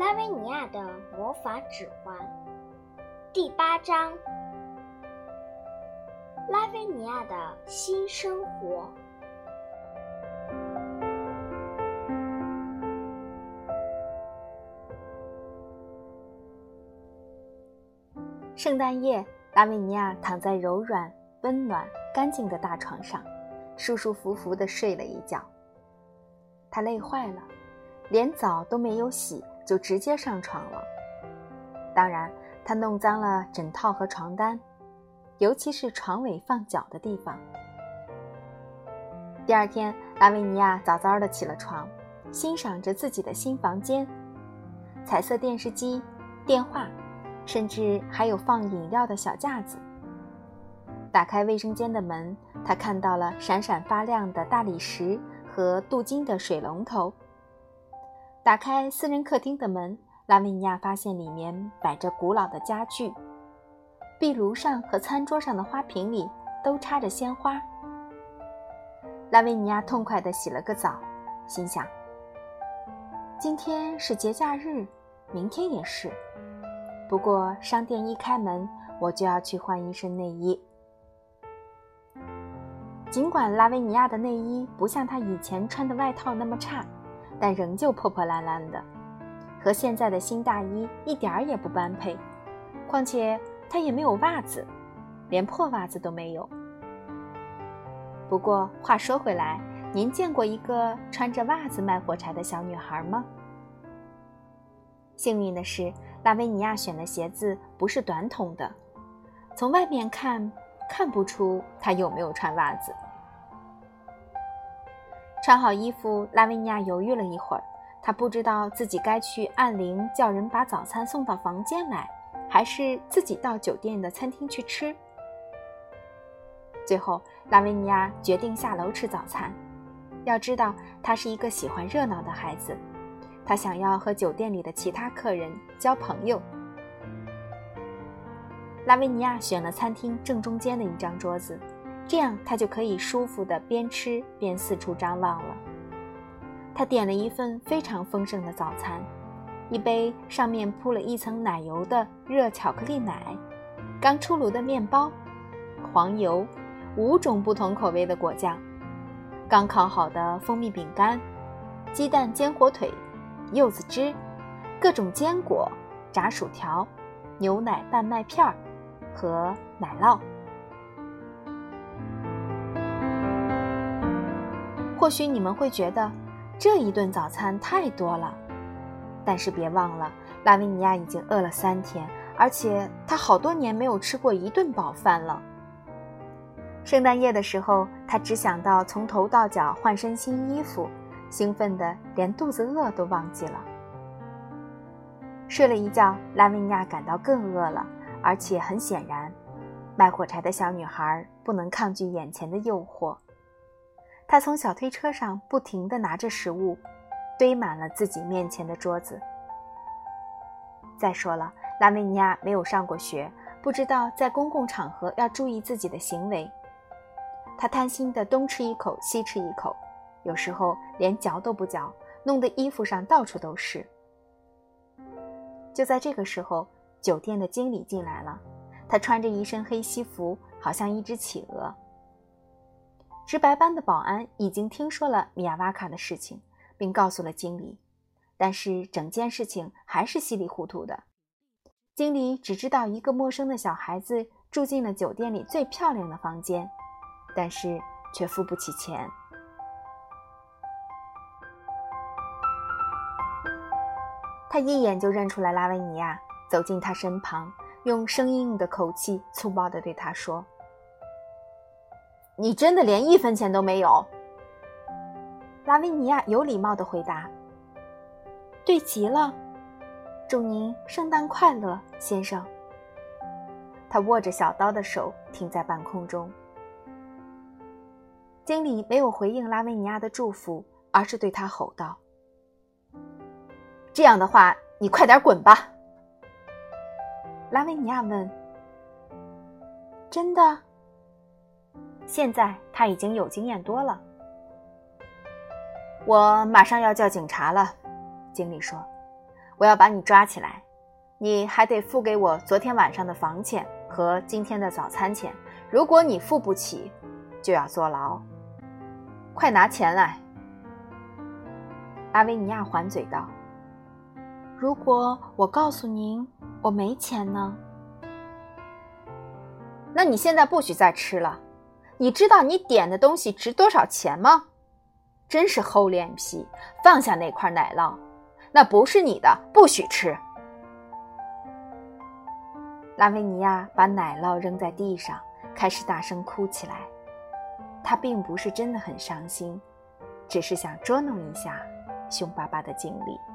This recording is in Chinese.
拉维尼亚的魔法指环第8章，拉维尼亚的新生活。 圣诞夜，拉维尼亚躺在柔软、温暖、干净的大床上，舒舒服服地睡了一觉。她累坏了，连澡都没有洗就直接上床了。当然，她弄脏了枕套和床单，尤其是床尾放脚的地方。第二天，拉维尼亚早早地起了床，欣赏着自己的新房间，彩色电视机、电话，甚至还有放饮料的小架子。打开卫生间的门，他看到了闪闪发亮的大理石和镀金的水龙头。打开私人客厅的门，拉维尼亚发现里面摆着古老的家具，壁炉上和餐桌上的花瓶里都插着鲜花。拉维尼亚痛快地洗了个澡，心想：今天是节假日，明天也是。不过商店一开门，我就要去换一身内衣。尽管拉维尼亚的内衣不像她以前穿的外套那么差，但仍旧破破烂烂的，和现在的新大衣一点儿也不般配。况且她也没有袜子，连破袜子都没有。不过话说回来，您见过一个穿着袜子卖火柴的小女孩吗？幸运的是，拉维尼亚选的鞋子不是短筒的，从外面看不出她有没有穿袜子。穿好衣服，拉维尼亚犹豫了一会儿，她不知道自己该去按铃叫人把早餐送到房间来，还是自己到酒店的餐厅去吃。最后，拉维尼亚决定下楼吃早餐。要知道，她是一个喜欢热闹的孩子，她想要和酒店里的其他客人交朋友。拉维尼亚选了餐厅正中间的一张桌子，这样她就可以舒服地边吃边四处张望了。她点了一份非常丰盛的早餐，一杯上面铺了一层奶油的热巧克力奶，刚出炉的面包，黄油，5种不同口味的果酱，刚烤好的蜂蜜饼干，鸡蛋煎火腿，柚子汁，各种坚果，炸薯条，牛奶拌麦片和奶酪。或许你们会觉得这一顿早餐太多了，但是别忘了，拉维尼亚已经饿了3天，而且她好多年没有吃过一顿饱饭了。圣诞夜的时候，她只想到从头到脚换身新衣服，兴奋得连肚子饿都忘记了。睡了一觉，拉维尼亚感到更饿了，而且很显然，卖火柴的小女孩不能抗拒眼前的诱惑。她从小推车上不停地拿着食物，堆满了自己面前的桌子。再说了，拉维尼亚没有上过学，不知道在公共场合要注意自己的行为。她贪心地东吃一口西吃一口，有时候连嚼都不嚼，弄得衣服上到处都是。就在这个时候，酒店的经理进来了，他穿着一身黑西服，好像一只企鹅。值白班的保安已经听说了米亚瓦卡的事情，并告诉了经理，但是整件事情还是稀里糊涂的。经理只知道一个陌生的小孩子住进了酒店里最漂亮的房间，但是却付不起钱。他一眼就认出来拉维尼亚，走进他身旁，用生硬的口气粗暴地对他说：你真的连1分钱都没有？拉维尼亚有礼貌地回答：对极了，祝您圣诞快乐，先生。他握着小刀的手停在半空中。经理没有回应拉维尼亚的祝福，而是对他吼道：这样的话，你快点滚吧。拉维尼亚问：真的？现在他已经有经验多了。我马上要叫警察了，经理说。 我要把你抓起来，你还得付给我昨天晚上的房钱和今天的早餐钱，如果你付不起，就要坐牢。快拿钱来。拉维尼亚还嘴道，如果我告诉您我没钱呢？那你现在不许再吃了。你知道你点的东西值多少钱吗？真是厚脸皮，放下那块奶酪，那不是你的，不许吃。拉维尼亚把奶酪扔在地上，开始大声哭起来。他并不是真的很伤心，只是想捉弄一下凶巴巴的经理。